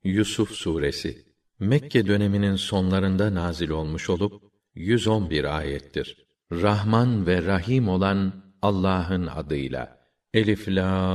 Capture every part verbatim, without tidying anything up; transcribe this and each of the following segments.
Yusuf suresi Mekke döneminin sonlarında nazil olmuş olup yüz on bir ayettir. Rahman ve Rahim olan Allah'ın adıyla. Elif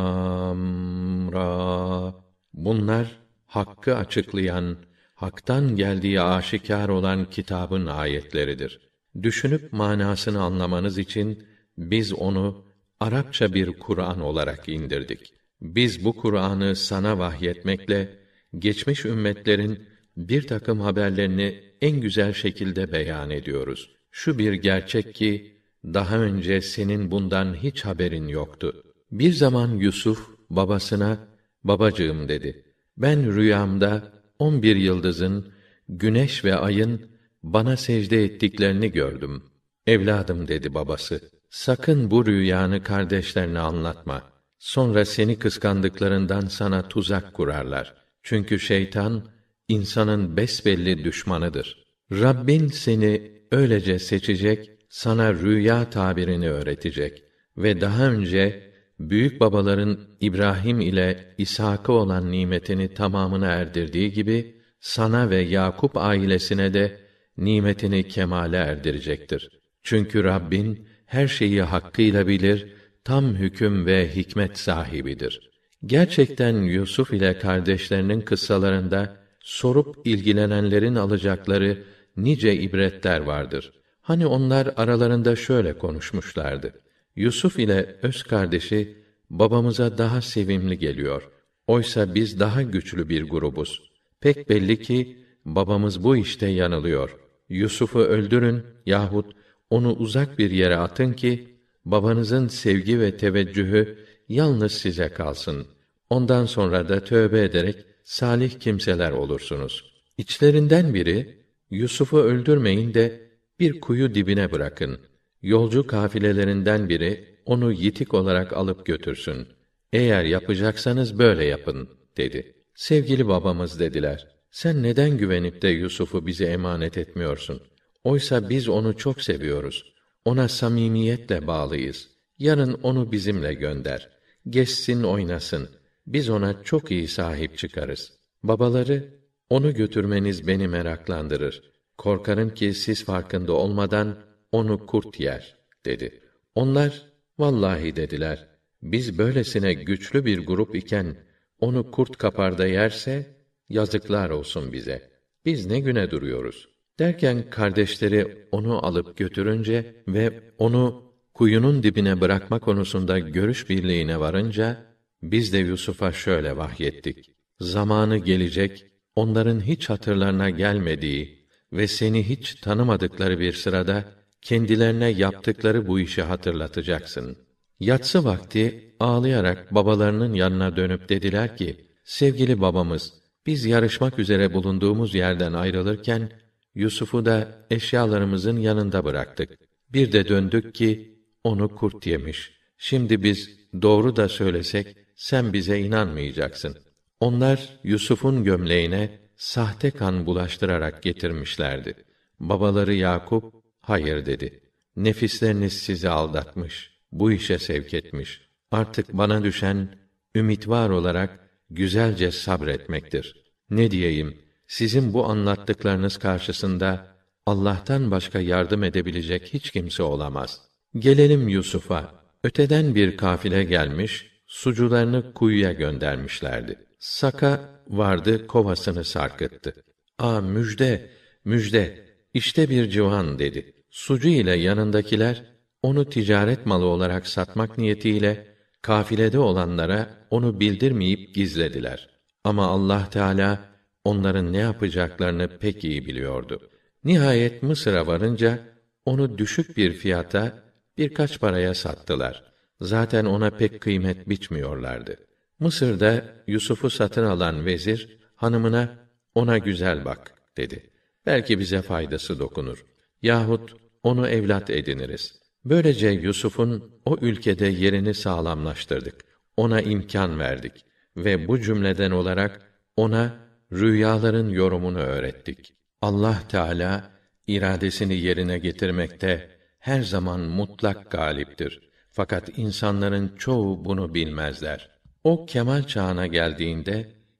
lam ra. Bunlar hakkı açıklayan, haktan geldiği aşikâr olan kitabın ayetleridir. Düşünüp manasını anlamanız için biz onu Arapça bir Kur'an olarak indirdik. Biz bu Kur'an'ı sana vahyetmekle geçmiş ümmetlerin bir takım haberlerini en güzel şekilde beyan ediyoruz. Şu bir gerçek ki daha önce senin bundan hiç haberin yoktu. Bir zaman Yusuf babasına, babacığım dedi. Ben rüyamda on bir yıldızın, güneş ve ayın bana secde ettiklerini gördüm. Evladım dedi babası. Sakın bu rüyanı kardeşlerine anlatma. Sonra seni kıskandıklarından sana tuzak kurarlar. Çünkü şeytan insanın besbelli düşmanıdır. Rabbin seni öylece seçecek, sana rüya tabirini öğretecek ve daha önce büyük babaların İbrahim ile İshak'a olan nimetini tamamına erdirdiği gibi sana ve Yakup ailesine de nimetini kemale erdirecektir. Çünkü Rabbin her şeyi hakkıyla bilir, tam hüküm ve hikmet sahibidir. Gerçekten Yusuf ile kardeşlerinin kıssalarında sorup ilgilenenlerin alacakları nice ibretler vardır. Hani onlar aralarında şöyle konuşmuşlardı. Yusuf ile öz kardeşi babamıza daha sevimli geliyor. Oysa biz daha güçlü bir grubuz. Pek belli ki babamız bu işte yanılıyor. Yusuf'u öldürün yahut onu uzak bir yere atın ki babanızın sevgi ve teveccühü yalnız size kalsın. Ondan sonra da tövbe ederek salih kimseler olursunuz. İçlerinden biri Yusuf'u öldürmeyin de bir kuyu dibine bırakın. Yolcu kafilelerinden biri onu yitik olarak alıp götürsün. Eğer yapacaksanız böyle yapın dedi. Sevgili babamız dediler. Sen neden güvenip de Yusuf'u bize emanet etmiyorsun? Oysa biz onu çok seviyoruz. Ona samimiyetle bağlıyız. Yarın onu bizimle gönder. Gezsin, oynasın. Biz ona çok iyi sahip çıkarız. Babaları, onu götürmeniz beni meraklandırır. Korkarım ki siz farkında olmadan onu kurt yer, dedi. Onlar, vallahi dediler, biz böylesine güçlü bir grup iken, onu kurt kapar da yerse, yazıklar olsun bize. Biz ne güne duruyoruz? Derken kardeşleri onu alıp götürünce ve onu kuyunun dibine bırakma konusunda görüş birliğine varınca, biz de Yusuf'a şöyle vahyettik. Zamanı gelecek, onların hiç hatırlarına gelmediği ve seni hiç tanımadıkları bir sırada, kendilerine yaptıkları bu işi hatırlatacaksın. Yatsı vakti ağlayarak babalarının yanına dönüp dediler ki, sevgili babamız, biz yarışmak üzere bulunduğumuz yerden ayrılırken, Yusuf'u da eşyalarımızın yanında bıraktık. Bir de döndük ki, onu kurt yemiş. Şimdi biz doğru da söylesek, sen bize inanmayacaksın. Onlar, Yusuf'un gömleğine sahte kan bulaştırarak getirmişlerdi. Babaları Yakup, hayır dedi. Nefisleriniz sizi aldatmış, bu işe sevk etmiş. Artık bana düşen, ümit var olarak, güzelce sabretmektir. Ne diyeyim, sizin bu anlattıklarınız karşısında, Allah'tan başka yardım edebilecek hiç kimse olamaz. Gelelim Yusuf'a. Öteden bir kafile gelmiş, sucularını kuyuya göndermişlerdi. Saka vardı, kovasını sarkıttı. "Aa müjde, müjde, işte bir civan" dedi. Sucu ile yanındakiler, onu ticaret malı olarak satmak niyetiyle, kafilede olanlara onu bildirmeyip gizlediler. Ama Allah Teâlâ, onların ne yapacaklarını pek iyi biliyordu. Nihayet Mısır'a varınca, onu düşük bir fiyata, birkaç paraya sattılar. Zaten ona pek kıymet biçmiyorlardı. Mısır'da Yusuf'u satın alan vezir, hanımına, ona güzel bak, dedi. Belki bize faydası dokunur. Yahut onu evlat ediniriz. Böylece Yusuf'un o ülkede yerini sağlamlaştırdık. Ona imkân verdik. Ve bu cümleden olarak, ona rüyaların yorumunu öğrettik. Allah Teâlâ, iradesini yerine getirmekte, her zaman mutlak galiptir. Fakat insanların çoğu bunu bilmezler. O kemal çağına geldiğinde,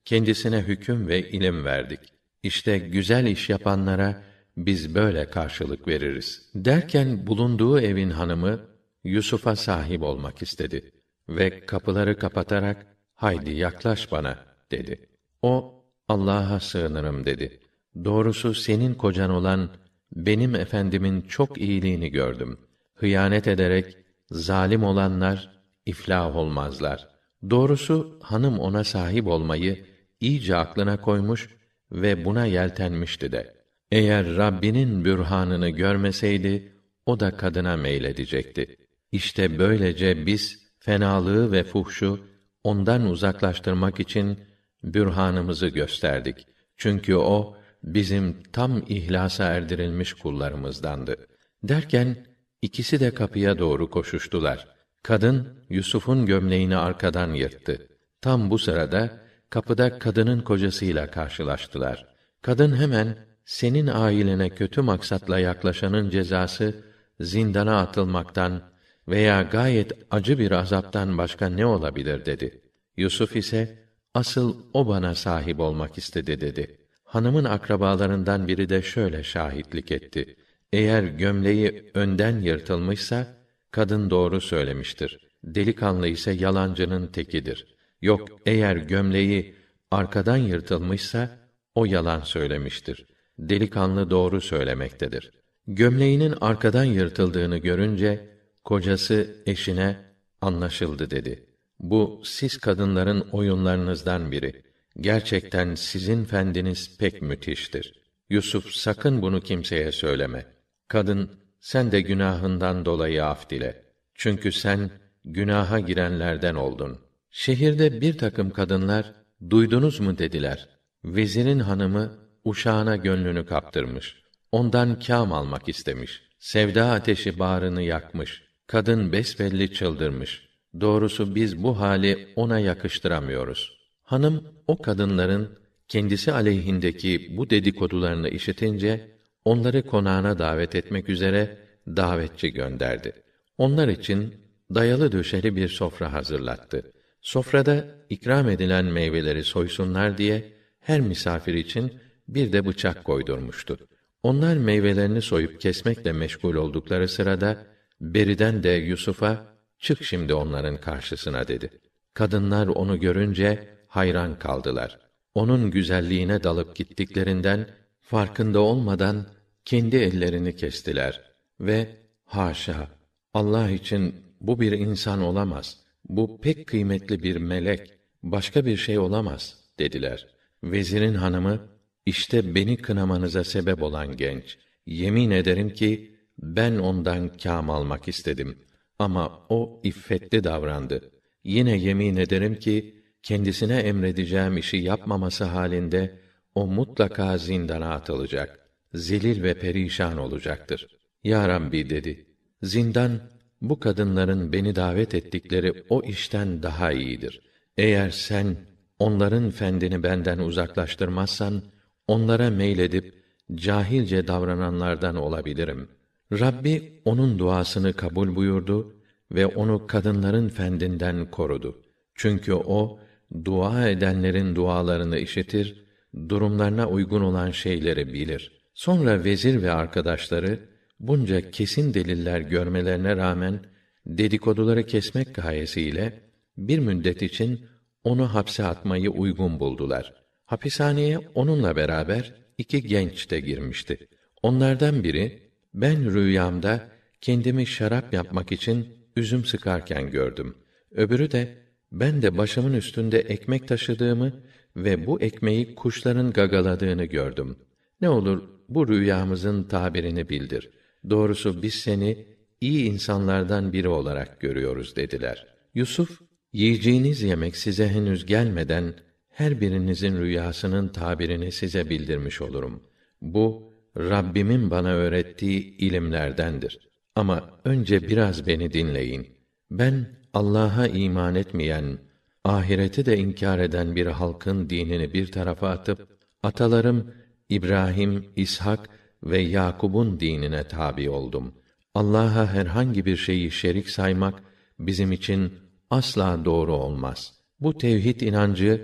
kendisine hüküm ve ilim verdik. İşte güzel iş yapanlara biz böyle karşılık veririz. Derken bulunduğu evin hanımı Yusuf'a sahip olmak istedi ve kapıları kapatarak haydi yaklaş bana dedi. O Allah'a sığınırım dedi. Doğrusu senin kocan olan benim efendimin çok iyiliğini gördüm. Hıyanet ederek zalim olanlar iflah olmazlar. Doğrusu hanım ona sahip olmayı iyice aklına koymuş ve buna yeltenmişti de. Eğer Rabbinin bürhanını görmeseydi o da kadına meyledecekti. İşte böylece biz fenalığı ve fuhşu ondan uzaklaştırmak için bürhanımızı gösterdik. Çünkü o bizim tam ihlasa erdirilmiş kullarımızdandı. Derken ikisi de kapıya doğru koşuştular. Kadın Yusuf'un gömleğini arkadan yırttı. Tam bu sırada kapıda kadının kocasıyla karşılaştılar. Kadın hemen senin ailene kötü maksatla yaklaşanın cezası zindana atılmaktan veya gayet acı bir azaptan başka ne olabilir dedi. Yusuf ise asıl o bana sahip olmak istedi dedi. Hanımın akrabalarından biri de şöyle şahitlik etti. Eğer gömleği önden yırtılmışsa kadın doğru söylemiştir. Delikanlı ise yalancının tekidir. Yok eğer gömleği arkadan yırtılmışsa o yalan söylemiştir. Delikanlı doğru söylemektedir. Gömleğinin arkadan yırtıldığını görünce kocası eşine anlaşıldı dedi. Bu siz kadınların oyunlarınızdan biri. Gerçekten sizin fendiniz pek müthiştir. Yusuf sakın bunu kimseye söyleme. Kadın sen de günahından dolayı af dile. Çünkü sen günaha girenlerden oldun. Şehirde bir takım kadınlar duydunuz mu dediler. Vezirin hanımı uşağına gönlünü kaptırmış. Ondan kâm almak istemiş. Sevda ateşi bağrını yakmış. Kadın besbelli çıldırmış. Doğrusu biz bu hali ona yakıştıramıyoruz. Hanım o kadınların kendisi aleyhindeki bu dedikodularını işitince onları konağına davet etmek üzere davetçi gönderdi. Onlar için dayalı döşeli bir sofra hazırlattı. Sofrada ikram edilen meyveleri soysunlar diye her misafir için bir de bıçak koydurmuştu. Onlar meyvelerini soyup kesmekle meşgul oldukları sırada beriden de Yusuf'a çık şimdi onların karşısına dedi. Kadınlar onu görünce hayran kaldılar. Onun güzelliğine dalıp gittiklerinden farkında olmadan kendi ellerini kestiler ve haşa Allah için bu bir insan olamaz. Bu pek kıymetli bir melek, başka bir şey olamaz dediler. Vezirin hanımı işte beni kınamanıza sebep olan genç. Yemin ederim ki ben ondan kâm almak istedim ama o iffetli davrandı. Yine yemin ederim ki kendisine emredeceğim işi yapmaması halinde o mutlaka zindana atılacak. Zelil ve perişan olacaktır. Ya Rabbi dedi. Zindan bu kadınların beni davet ettikleri o işten daha iyidir. Eğer sen onların fendini benden uzaklaştırmazsan onlara meyledip cahilce davrananlardan olabilirim. Rabbi onun duasını kabul buyurdu ve onu kadınların fendinden korudu. Çünkü o dua edenlerin dualarını işitir, durumlarına uygun olan şeyleri bilir. Sonra vezir ve arkadaşları bunca kesin deliller görmelerine rağmen dedikoduları kesmek gayesiyle bir müddet için onu hapse atmayı uygun buldular. Hapishaneye onunla beraber iki genç de girmişti. Onlardan biri ben rüyamda kendimi şarap yapmak için üzüm sıkarken gördüm. Öbürü de ben de başımın üstünde ekmek taşıdığımı ve bu ekmeği kuşların gagaladığını gördüm. Ne olur bu rüyamızın tabirini bildir. Doğrusu biz seni iyi insanlardan biri olarak görüyoruz dediler. Yusuf, yiyeceğiniz yemek size henüz gelmeden her birinizin rüyasının tabirini size bildirmiş olurum. Bu Rabbimin bana öğrettiği ilimlerdendir. Ama önce biraz beni dinleyin. Ben Allah'a iman etmeyen, ahireti de inkar eden bir halkın dinini bir tarafa atıp atalarım İbrahim, İshak ve Yakub'un dinine tabi oldum. Allah'a herhangi bir şeyi şerik saymak bizim için asla doğru olmaz. Bu tevhid inancı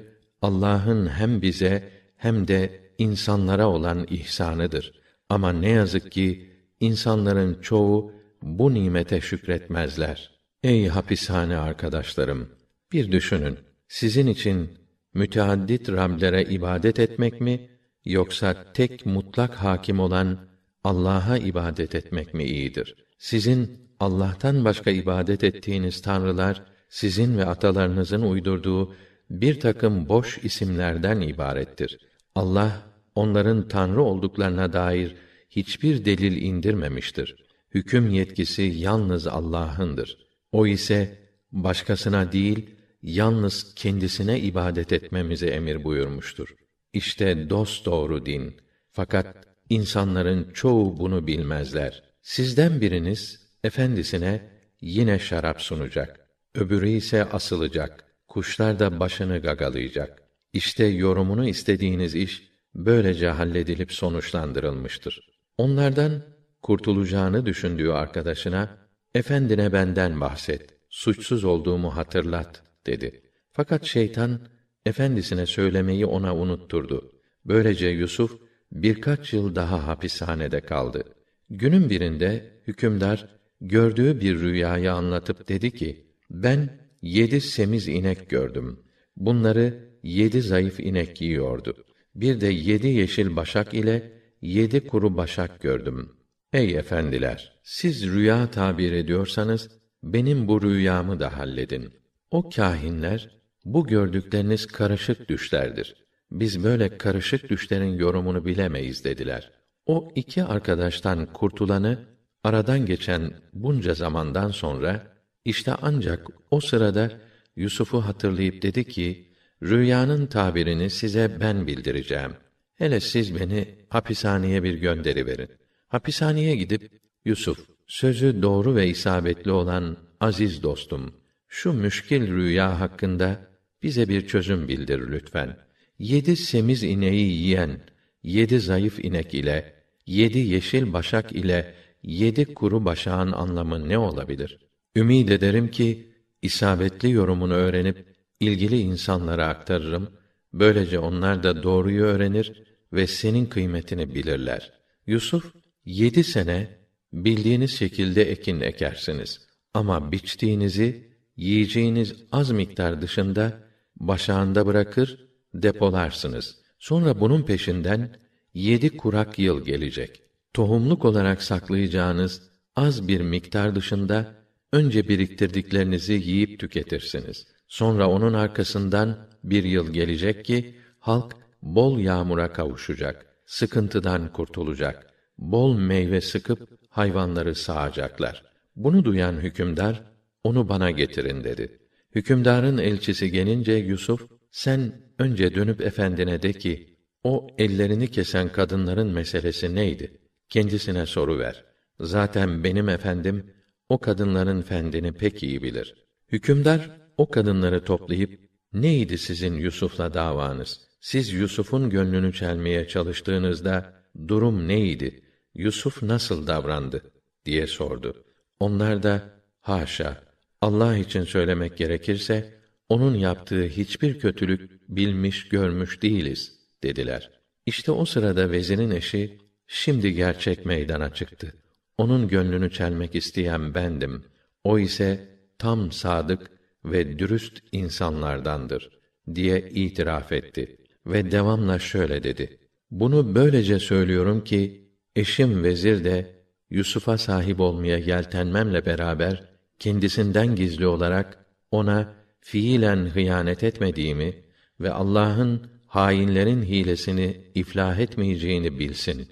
Allah'ın hem bize hem de insanlara olan ihsanıdır. Ama ne yazık ki insanların çoğu bu nimete şükretmezler. Ey hapishane arkadaşlarım, bir düşünün. Sizin için müteaddit Rablere ibadet etmek mi, yoksa tek mutlak hâkim olan Allah'a ibadet etmek mi iyidir? Sizin Allah'tan başka ibadet ettiğiniz tanrılar, sizin ve atalarınızın uydurduğu bir takım boş isimlerden ibarettir. Allah, onların tanrı olduklarına dair hiçbir delil indirmemiştir. Hüküm yetkisi yalnız Allah'ındır. O ise başkasına değil, yalnız kendisine ibadet etmemize emir buyurmuştur. İşte dosdoğru din. Fakat insanların çoğu bunu bilmezler. Sizden biriniz efendisine yine şarap sunacak. Öbürü ise asılacak. Kuşlar da başını gagalayacak. İşte yorumunu istediğiniz iş böylece halledilip sonuçlandırılmıştır. Onlardan kurtulacağını düşündüğü arkadaşına, efendine benden bahset, suçsuz olduğumu hatırlat dedi. Fakat şeytan efendisine söylemeyi ona unutturdu. Böylece Yusuf birkaç yıl daha hapishanede kaldı. Günün birinde hükümdar gördüğü bir rüyayı anlatıp dedi ki, ben yedi semiz inek gördüm. Bunları yedi zayıf inek yiyordu. Bir de yedi yeşil başak ile yedi kuru başak gördüm. Ey efendiler! Siz rüya tabir ediyorsanız, benim bu rüyamı da halledin. O kâhinler, bu gördükleriniz karışık düşlerdir. Biz böyle karışık düşlerin yorumunu bilemeyiz dediler. O iki arkadaştan kurtulanı, aradan geçen bunca zamandan sonra, işte ancak o sırada Yusuf'u hatırlayıp dedi ki, rüyanın tabirini size ben bildireceğim. Hele siz beni hapishaneye bir gönderiverin. Hapishaneye gidip, Yusuf, sözü doğru ve isabetli olan aziz dostum, şu müşkil rüya hakkında bize bir çözüm bildir lütfen. Yedi semiz ineği yiyen, yedi zayıf inek ile, yedi yeşil başak ile, yedi kuru başağın anlamı ne olabilir? Ümid ederim ki, isabetli yorumunu öğrenip, ilgili insanlara aktarırım, böylece onlar da doğruyu öğrenir ve senin kıymetini bilirler. Yusuf, yedi sene, bildiğiniz şekilde ekin ekersiniz. Ama biçtiğinizi, yiyeceğiniz az miktar dışında, başağında bırakır, depolarsınız. Sonra bunun peşinden, yedi kurak yıl gelecek. Tohumluk olarak saklayacağınız az bir miktar dışında, önce biriktirdiklerinizi yiyip tüketirsiniz. Sonra onun arkasından bir yıl gelecek ki, halk bol yağmura kavuşacak, sıkıntıdan kurtulacak, bol meyve sıkıp hayvanları sağacaklar. Bunu duyan hükümdar, onu bana getirin dedi. Hükümdarın elçisi gelince Yusuf, sen önce dönüp efendine de ki, o ellerini kesen kadınların meselesi neydi? Kendisine soruver. Zaten benim efendim, o kadınların fendini pek iyi bilir. Hükümdar, o kadınları toplayıp, neydi sizin Yusuf'la davanız? Siz Yusuf'un gönlünü çelmeye çalıştığınızda, durum neydi? Yusuf nasıl davrandı? diye sordu. Onlar da, haşa, Allah için söylemek gerekirse, onun yaptığı hiçbir kötülük bilmiş, görmüş değiliz, dediler. İşte o sırada vezirin eşi, şimdi gerçek meydana çıktı. Onun gönlünü çelmek isteyen bendim. O ise tam sadık ve dürüst insanlardandır, diye itiraf etti. Ve devamla şöyle dedi. Bunu böylece söylüyorum ki, eşim vezir de, Yusuf'a sahip olmaya yeltenmemle beraber, kendisinden gizli olarak, ona fiilen hıyanet etmediğimi ve Allah'ın hainlerin hilesini iflah etmeyeceğini bilsin.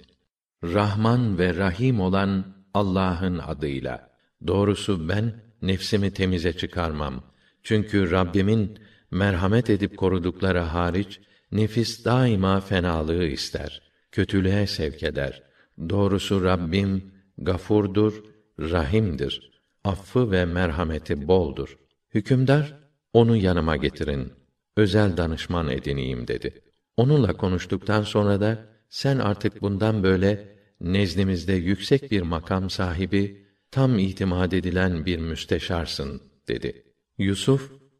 Rahman ve Rahim olan Allah'ın adıyla. Doğrusu ben nefsimi temize çıkarmam. Çünkü Rabbimin merhamet edip korudukları hariç nefis daima fenalığı ister, kötülüğe sevk eder. Doğrusu Rabbim gafurdur, rahimdir. Affı ve merhameti boldur. Hükümdar, onu yanıma getirin. Özel danışman edineyim dedi. Onunla konuştuktan sonra da sen artık bundan böyle nezdimizde yüksek bir makam sahibi, tam itimat edilen bir müsteşarsın dedi. Yusuf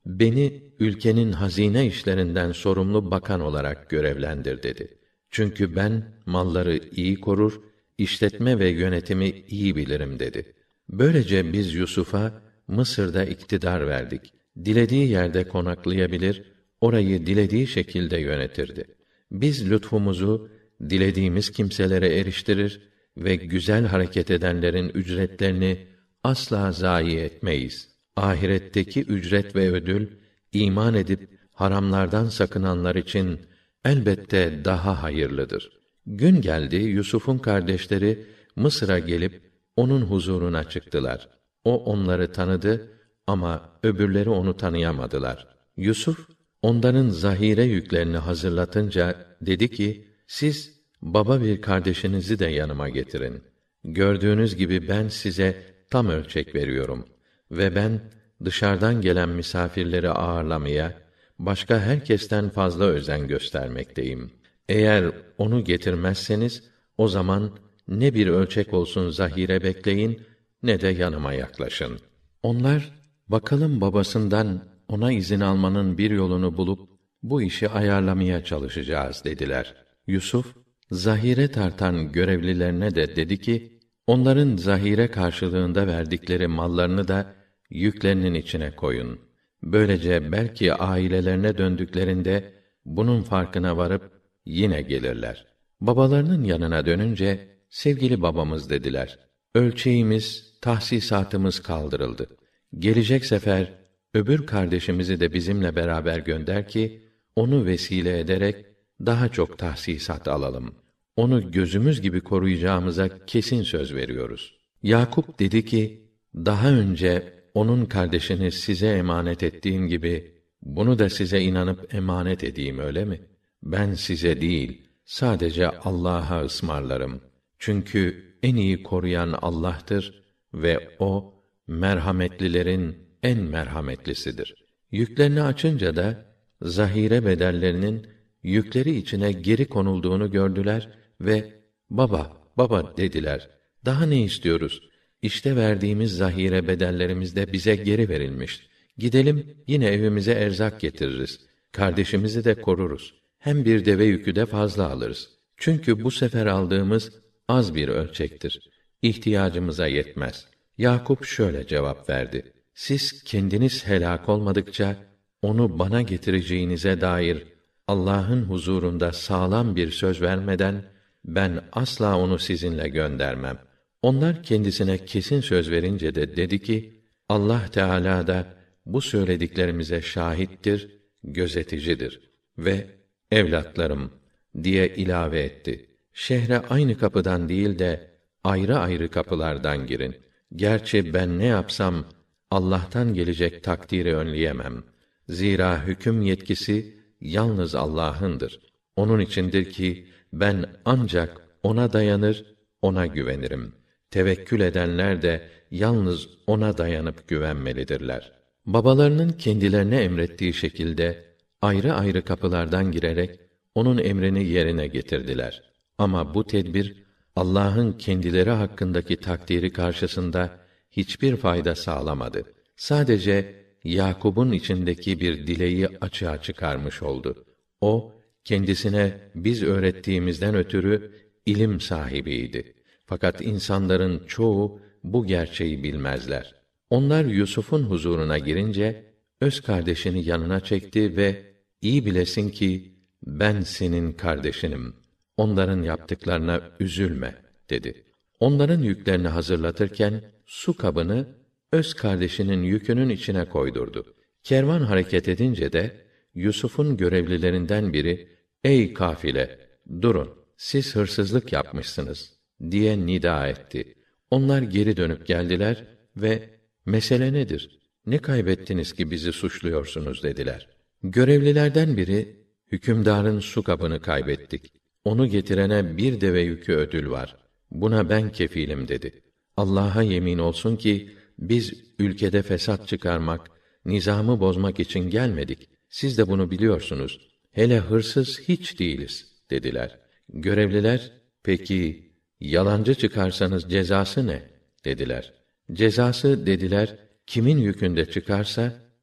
beni ülkenin hazine işlerinden sorumlu bakan olarak görevlendir dedi. Çünkü ben malları iyi korur, işletme ve yönetimi iyi bilirim dedi. Böylece biz Yusuf'a Mısır'da iktidar verdik. Dilediği yerde konaklayabilir, orayı dilediği şekilde yönetirdi. Biz lütfumuzu dilediğimiz kimselere eriştirir ve güzel hareket edenlerin ücretlerini asla zayi etmeyiz. Ahiretteki ücret ve ödül, iman edip haramlardan sakınanlar için elbette daha hayırlıdır. Gün geldi, Yusuf'un kardeşleri Mısır'a gelip onun huzuruna çıktılar. O onları tanıdı ama öbürleri onu tanıyamadılar. Yusuf onların zahire yüklerini hazırlatınca dedi ki: Siz baba bir kardeşinizi de yanıma getirin. Gördüğünüz gibi ben size tam ölçek veriyorum ve ben dışarıdan gelen misafirleri ağırlamaya başka herkesten fazla özen göstermekteyim. Eğer onu getirmezseniz o zaman ne bir ölçek olsun zahire bekleyin ne de yanıma yaklaşın. Onlar bakalım babasından ona izin almanın bir yolunu bulup bu işi ayarlamaya çalışacağız dediler. Yusuf zahire tartan görevlilerine de dedi ki: Onların zahire karşılığında verdikleri mallarını da yüklerinin içine koyun. Böylece belki ailelerine döndüklerinde bunun farkına varıp yine gelirler. Babalarının yanına dönünce, sevgili babamız dediler, ölçeğimiz, tahsisatımız kaldırıldı. Gelecek sefer öbür kardeşimizi de bizimle beraber gönder ki onu vesile ederek daha çok tahsisat alalım. Onu gözümüz gibi koruyacağımıza kesin söz veriyoruz. Yakup dedi ki: Daha önce onun kardeşini size emanet ettiğim gibi bunu da size inanıp emanet edeyim, öyle mi? Ben size değil, sadece Allah'a ısmarlarım. Çünkü en iyi koruyan Allah'tır ve o merhametlilerin en merhametlisidir. Yüklerini açınca da zahire bedellerinin yükleri içine geri konulduğunu gördüler ve baba, baba dediler. Daha ne istiyoruz? İşte verdiğimiz zahire bedellerimiz de bize geri verilmiş. Gidelim, yine evimize erzak getiririz. Kardeşimizi de koruruz. Hem bir deve yükü de fazla alırız. Çünkü bu sefer aldığımız az bir ölçektir. İhtiyacımıza yetmez. Yakup şöyle cevap verdi: Siz kendiniz helak olmadıkça onu bana getireceğinize dair Allah'ın huzurunda sağlam bir söz vermeden ben asla onu sizinle göndermem. Onlar kendisine kesin söz verince de dedi ki: Allah Teâlâ da bu söylediklerimize şahittir, gözeticidir ve evlatlarım diye ilave etti. Şehre aynı kapıdan değil de ayrı ayrı kapılardan girin. Gerçi ben ne yapsam Allah'tan gelecek takdiri önleyemem. Zira hüküm yetkisi yalnız Allah'ındır. Onun içindir ki ben ancak ona dayanır, ona güvenirim. Tevekkül edenler de yalnız ona dayanıp güvenmelidirler. Babalarının kendilerine emrettiği şekilde ayrı ayrı kapılardan girerek onun emrini yerine getirdiler. Ama bu tedbir Allah'ın kendileri hakkındaki takdiri karşısında hiçbir fayda sağlamadı. Sadece Yakub'un içindeki bir dileği açığa çıkarmış oldu. O kendisine biz öğrettiğimizden ötürü ilim sahibiydi. Fakat insanların çoğu bu gerçeği bilmezler. Onlar Yusuf'un huzuruna girince öz kardeşini yanına çekti ve iyi bilesin ki ben senin kardeşinim. Onların yaptıklarına üzülme dedi. Onların yüklerini hazırlatırken su kabını öz kardeşinin yükünün içine koydurdu. Kervan hareket edince de Yusuf'un görevlilerinden biri ey kafile durun, siz hırsızlık yapmışsınız diye nida etti. Onlar geri dönüp geldiler ve mesele nedir? Ne kaybettiniz ki bizi suçluyorsunuz dediler. Görevlilerden biri hükümdarın su kabını kaybettik. Onu getirene bir deve yükü ödül var. Buna ben kefilim dedi. Allah'a yemin olsun ki biz ülkede fesat çıkarmak, nizamı bozmak için gelmedik. Siz de bunu biliyorsunuz. Hele hırsız hiç değiliz dediler. Görevliler peki yalancı çıkarsanız cezası ne dediler. Cezası dediler kimin yükünde çıkarsa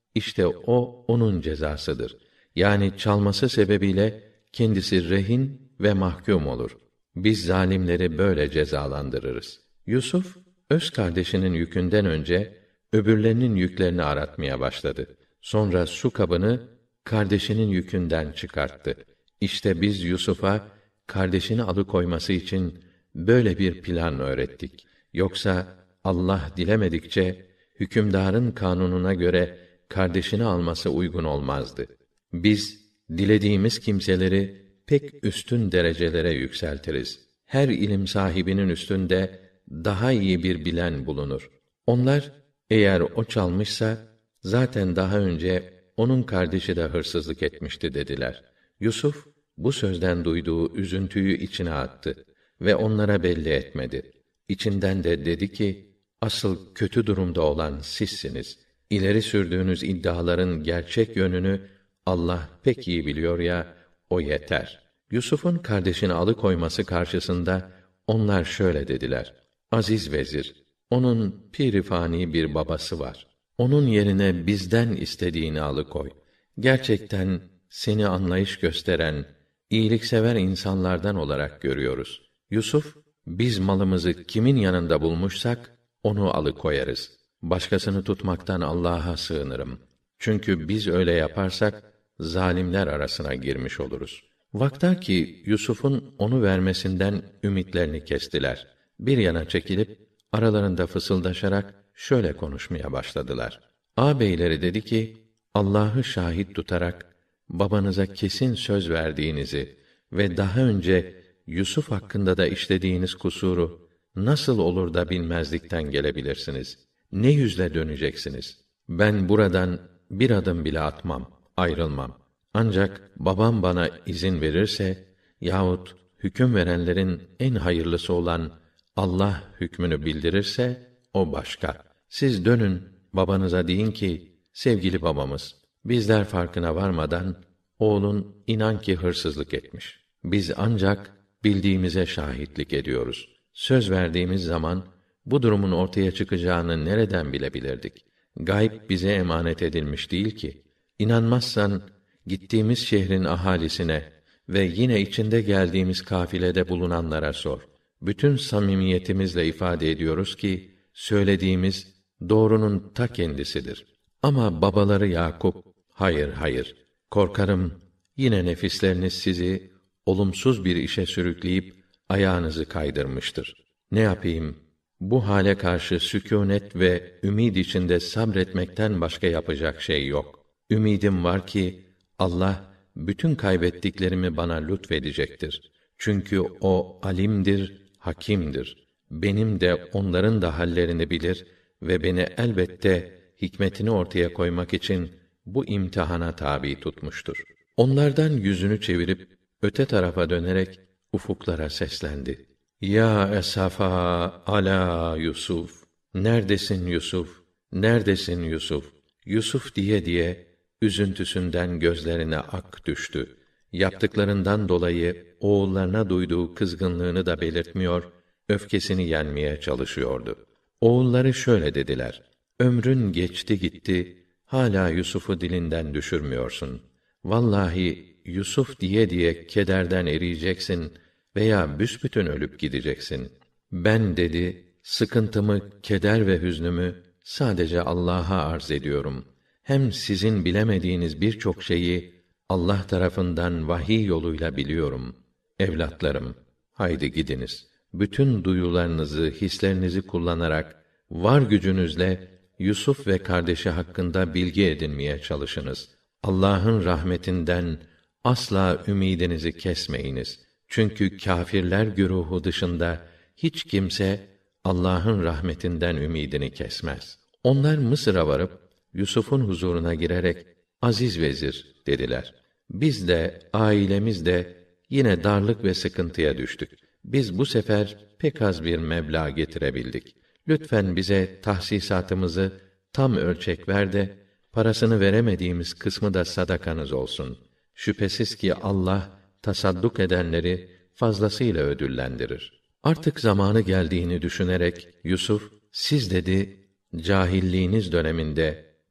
işte o onun cezasıdır. Yani çalması sebebiyle kendisi rehin ve mahkum olur. Biz zalimleri böyle cezalandırırız. Yusuf öz kardeşinin yükünden önce öbürlerinin yüklerini aratmaya başladı. Sonra su kabını kardeşinin yükünden çıkarttı. İşte biz Yusuf'a kardeşini alıkoyması için böyle bir plan öğrettik. Yoksa Allah dilemedikçe hükümdarın kanununa göre kardeşini alması uygun olmazdı. Biz dilediğimiz kimseleri pek üstün derecelere yükseltiriz. Her ilim sahibinin üstünde daha iyi bir bilen bulunur. Onlar eğer o çalmışsa zaten daha önce onun kardeşi de hırsızlık etmişti dediler. Yusuf bu sözden duyduğu üzüntüyü içine attı ve onlara belli etmedi. İçinden de dedi ki, asıl kötü durumda olan sizsiniz. İleri sürdüğünüz iddiaların gerçek yönünü Allah pek iyi biliyor ya, o yeter. Yusuf'un kardeşini alıkoyması karşısında onlar şöyle dediler: Aziz vezir, onun pirifani bir babası var. Onun yerine bizden istediğini alıkoy. Gerçekten seni anlayış gösteren, iyiliksever insanlardan olarak görüyoruz. Yusuf, biz malımızı kimin yanında bulmuşsak onu alıkoyarız. Başkasını tutmaktan Allah'a sığınırım. Çünkü biz öyle yaparsak zalimler arasına girmiş oluruz. Vaktaki Yusuf'un onu vermesinden ümitlerini kestiler. Bir yana çekilip aralarında fısıldaşarak şöyle konuşmaya başladılar. Ağabeyleri dedi ki, Allah'ı şahit tutarak babanıza kesin söz verdiğinizi ve daha önce Yusuf hakkında da işlediğiniz kusuru nasıl olur da bilmezlikten gelebilirsiniz? Ne yüzle döneceksiniz? Ben buradan bir adım bile atmam, ayrılmam. Ancak babam bana izin verirse yahut hüküm verenlerin en hayırlısı olan Allah hükmünü bildirirse o başka. Siz dönün, babanıza deyin ki, sevgili babamız, bizler farkına varmadan oğlun inan ki hırsızlık etmiş. Biz ancak bildiğimize şahitlik ediyoruz. Söz verdiğimiz zaman bu durumun ortaya çıkacağını nereden bilebilirdik? Gayb bize emanet edilmiş değil ki. İnanmazsan gittiğimiz şehrin ahalisine ve yine içinde geldiğimiz kafilede bulunanlara sor. Bütün samimiyetimizle ifade ediyoruz ki söylediğimiz doğrunun ta kendisidir. Ama babaları Yakup, hayır hayır, korkarım yine nefisleriniz sizi olumsuz bir işe sürükleyip ayağınızı kaydırmıştır. Ne yapayım? Bu hale karşı sükûnet ve ümid içinde sabretmekten başka yapacak şey yok. Ümidim var ki Allah bütün kaybettiklerimi bana lütfedecektir. Çünkü o alimdir, hakimdir. Benim de onların da hallerini bilir ve beni elbette hikmetini ortaya koymak için bu imtihana tabi tutmuştur. Onlardan yüzünü çevirip öte tarafa dönerek ufuklara seslendi. Ya esafa ala Yusuf. Neredesin Yusuf? Neredesin Yusuf? Yusuf diye diye üzüntüsünden gözlerine ak düştü. Yaptıklarından dolayı oğullarına duyduğu kızgınlığını da belirtmiyor, öfkesini yenmeye çalışıyordu. Oğulları şöyle dediler: Ömrün geçti gitti, hala Yusuf'u dilinden düşürmüyorsun. Vallahi Yusuf diye diye kederden eriyeceksin veya büsbütün ölüp gideceksin. Ben dedi, sıkıntımı, keder ve hüznümü sadece Allah'a arz ediyorum. Hem sizin bilemediğiniz birçok şeyi Allah tarafından vahiy yoluyla biliyorum. Evlatlarım, haydi gidiniz. Bütün duyularınızı, hislerinizi kullanarak var gücünüzle Yusuf ve kardeşi hakkında bilgi edinmeye çalışınız. Allah'ın rahmetinden asla ümidinizi kesmeyiniz. Çünkü kâfirler güruhu dışında hiç kimse Allah'ın rahmetinden ümidini kesmez. Onlar Mısır'a varıp Yusuf'un huzuruna girerek aziz vezir dediler. Biz de ailemiz de yine darlık ve sıkıntıya düştük. Biz bu sefer pek az bir meblağ getirebildik. Lütfen bize tahsisatımızı tam ölçek ver de parasını veremediğimiz kısmı da sadakanız olsun. Şüphesiz ki Allah tasadduk edenleri fazlasıyla ödüllendirir. Artık zamanı geldiğini düşünerek Yusuf, siz dedi, cahilliğiniz döneminde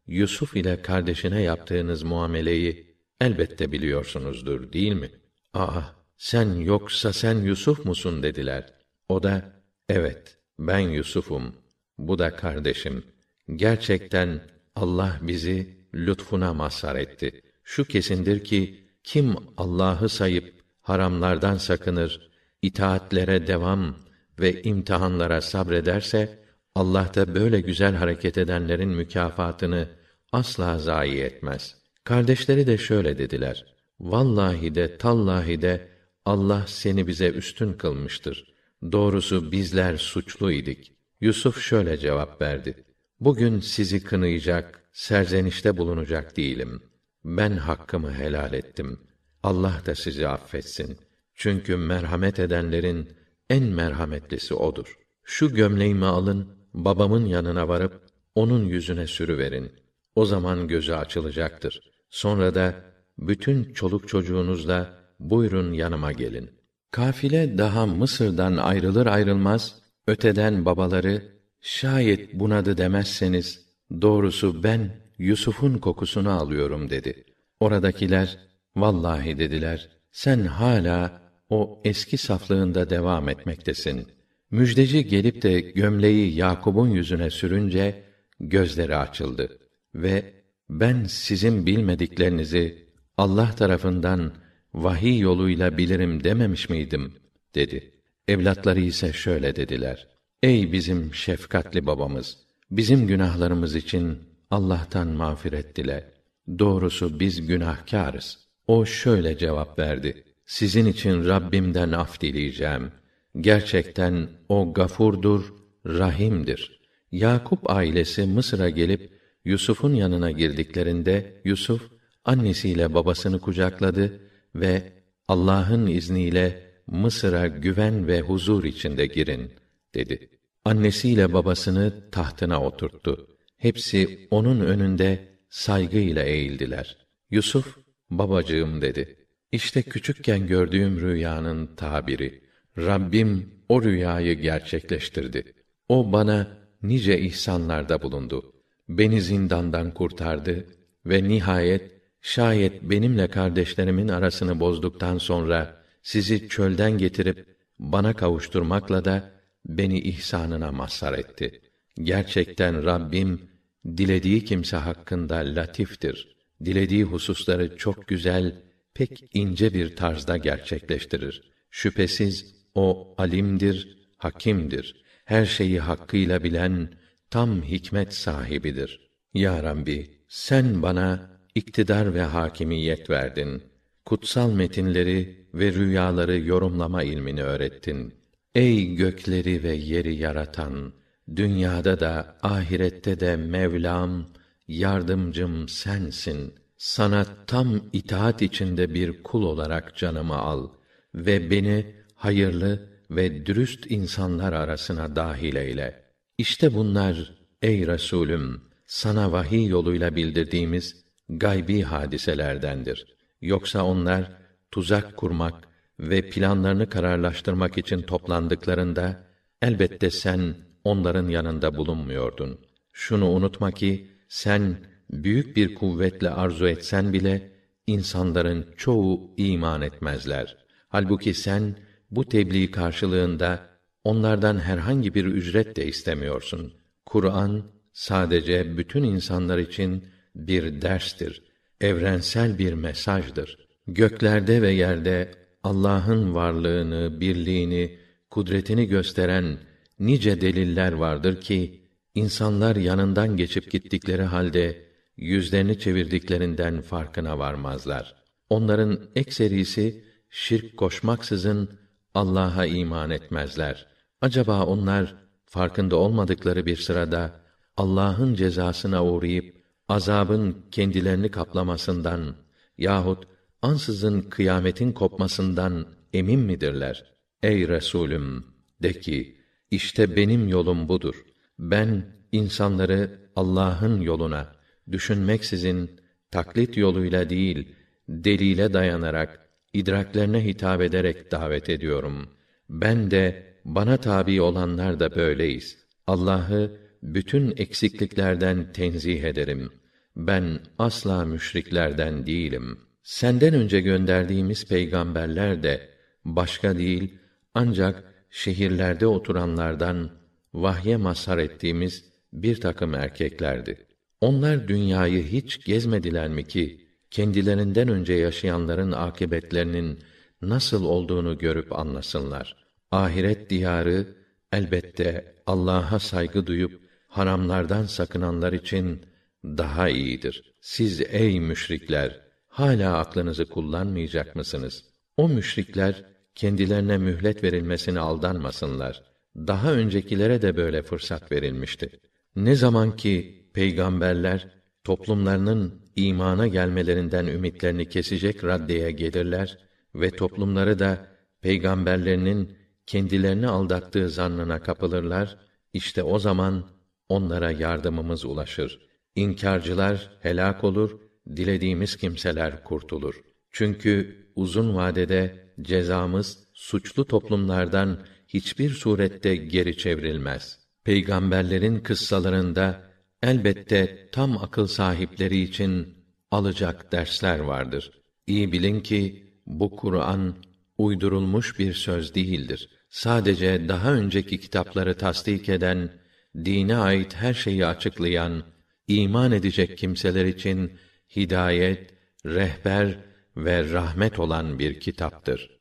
Yusuf ile kardeşine yaptığınız muameleyi elbette biliyorsunuzdur, değil mi? Aa, sen yoksa sen Yusuf musun dediler. O da, evet, ben Yusuf'um. Bu da kardeşim. Gerçekten Allah bizi lütfuna mazhar etti. Şu kesindir ki, kim Allah'ı sayıp haramlardan sakınır, itaatlere devam ve imtihanlara sabrederse, Allah da böyle güzel hareket edenlerin mükafatını asla zayi etmez. Kardeşleri de şöyle dediler: Vallahi de tallahi de Allah seni bize üstün kılmıştır. Doğrusu bizler suçlu idik. Yusuf şöyle cevap verdi: Bugün sizi kınayacak, serzenişte bulunacak değilim. Ben hakkımı helal ettim. Allah da sizi affetsin. Çünkü merhamet edenlerin en merhametlisi odur. Şu gömleğimi alın, babamın yanına varıp onun yüzüne sürüverin. O zaman gözü açılacaktır. Sonra da bütün çoluk çocuğunuzla buyurun yanıma gelin. Kafile daha Mısır'dan ayrılır ayrılmaz öteden babaları, şayet bunadı demezseniz doğrusu ben Yusuf'un kokusunu alıyorum dedi. Oradakiler vallahi dediler, sen hala o eski saflığında devam etmektesin. Müjdeci gelip de gömleği Yakub'un yüzüne sürünce gözleri açıldı ve ben sizin bilmediklerinizi Allah tarafından vahiy yoluyla bilirim dememiş miydim dedi. Evlatları ise şöyle dediler: Ey bizim şefkatli babamız, bizim günahlarımız için Allah'tan mağfiret dile. Doğrusu biz günahkârız. O şöyle cevap verdi: Sizin için Rabbimden af dileyeceğim. Gerçekten o gafurdur, rahimdir. Yakup ailesi Mısır'a gelip Yusuf'un yanına girdiklerinde Yusuf annesiyle babasını kucakladı ve Allah'ın izniyle Mısır'a güven ve huzur içinde girin dedi. Annesiyle babasını tahtına oturttu. Hepsi onun önünde saygıyla eğildiler. Yusuf, babacığım dedi. İşte küçükken gördüğüm rüyanın tabiri. Rabbim o rüyayı gerçekleştirdi. O bana nice ihsanlarda bulundu. Beni zindandan kurtardı ve nihayet şayet benimle kardeşlerimin arasını bozduktan sonra sizi çölden getirip bana kavuşturmakla da beni ihsanına mazhar etti. Gerçekten Rabbim dilediği kimse hakkında latiftir. Dilediği hususları çok güzel, pek ince bir tarzda gerçekleştirir. Şüphesiz o alimdir, hakimdir. Her şeyi hakkıyla bilen tam hikmet sahibidir. Ya Rabbi, sen bana iktidar ve hakimiyet verdin. Kutsal metinleri ve rüyaları yorumlama ilmini öğrettin. Ey gökleri ve yeri yaratan, dünyada da ahirette de Mevlam, yardımcım sensin. Sana tam itaat içinde bir kul olarak canımı al ve beni hayırlı ve dürüst insanlar arasına dâhil eyle. İşte bunlar ey Resulüm, sana vahiy yoluyla bildirdiğimiz gaybi hadiselerdendir. Yoksa onlar tuzak kurmak ve planlarını kararlaştırmak için toplandıklarında elbette sen onların yanında bulunmuyordun. Şunu unutma ki sen büyük bir kuvvetle arzu etsen bile insanların çoğu iman etmezler. Halbuki sen bu tebliğ karşılığında onlardan herhangi bir ücret de istemiyorsun. Kur'an sadece bütün insanlar için bir derstir, evrensel bir mesajdır. Göklerde ve yerde Allah'ın varlığını, birliğini, kudretini gösteren nice deliller vardır ki insanlar yanından geçip gittikleri halde yüzlerini çevirdiklerinden farkına varmazlar. Onların ekserisi şirk koşmaksızın Allah'a iman etmezler. Acaba onlar farkında olmadıkları bir sırada Allah'ın cezasına uğrayıp azabın kendilerini kaplamasından yahut ansızın kıyametin kopmasından emin midirler? Ey Resulüm, de ki, işte benim yolum budur. Ben insanları Allah'ın yoluna düşünmeksizin taklit yoluyla değil, delile dayanarak, idraklerine hitap ederek davet ediyorum. Ben de bana tabi olanlar da böyleyiz. Allah'ı bütün eksikliklerden tenzih ederim. ben asla müşriklerden değilim. Senden önce gönderdiğimiz peygamberler de başka değil, ancak şehirlerde oturanlardan vahye mazhar ettiğimiz bir takım erkeklerdi. Onlar dünyayı hiç gezmediler mi ki, kendilerinden önce yaşayanların akıbetlerinin nasıl olduğunu görüp anlasınlar. Ahiret diyarı, elbette Allah'a saygı duyup, haramlardan sakınanlar için daha iyidir. Siz ey müşrikler, hâlâ aklınızı kullanmayacak mısınız? O müşrikler, kendilerine mühlet verilmesine aldanmasınlar. Daha öncekilere de böyle fırsat verilmişti. Ne zaman ki peygamberler toplumlarının imana gelmelerinden ümitlerini kesecek raddeye gelirler ve toplumları da peygamberlerinin kendilerini aldattığı zannına kapılırlar, işte o zaman onlara yardımımız ulaşır. İnkârcılar helak olur, dilediğimiz kimseler kurtulur. Çünkü uzun vadede cezamız suçlu toplumlardan hiçbir surette geri çevrilmez. Peygamberlerin kıssalarında elbette tam akıl sahipleri için alacak dersler vardır. İyi bilin ki bu Kur'an uydurulmuş bir söz değildir. Sadece daha önceki kitapları tasdik eden, dine ait her şeyi açıklayan, iman edecek kimseler için hidayet, rehber ve rahmet olan bir kitaptır.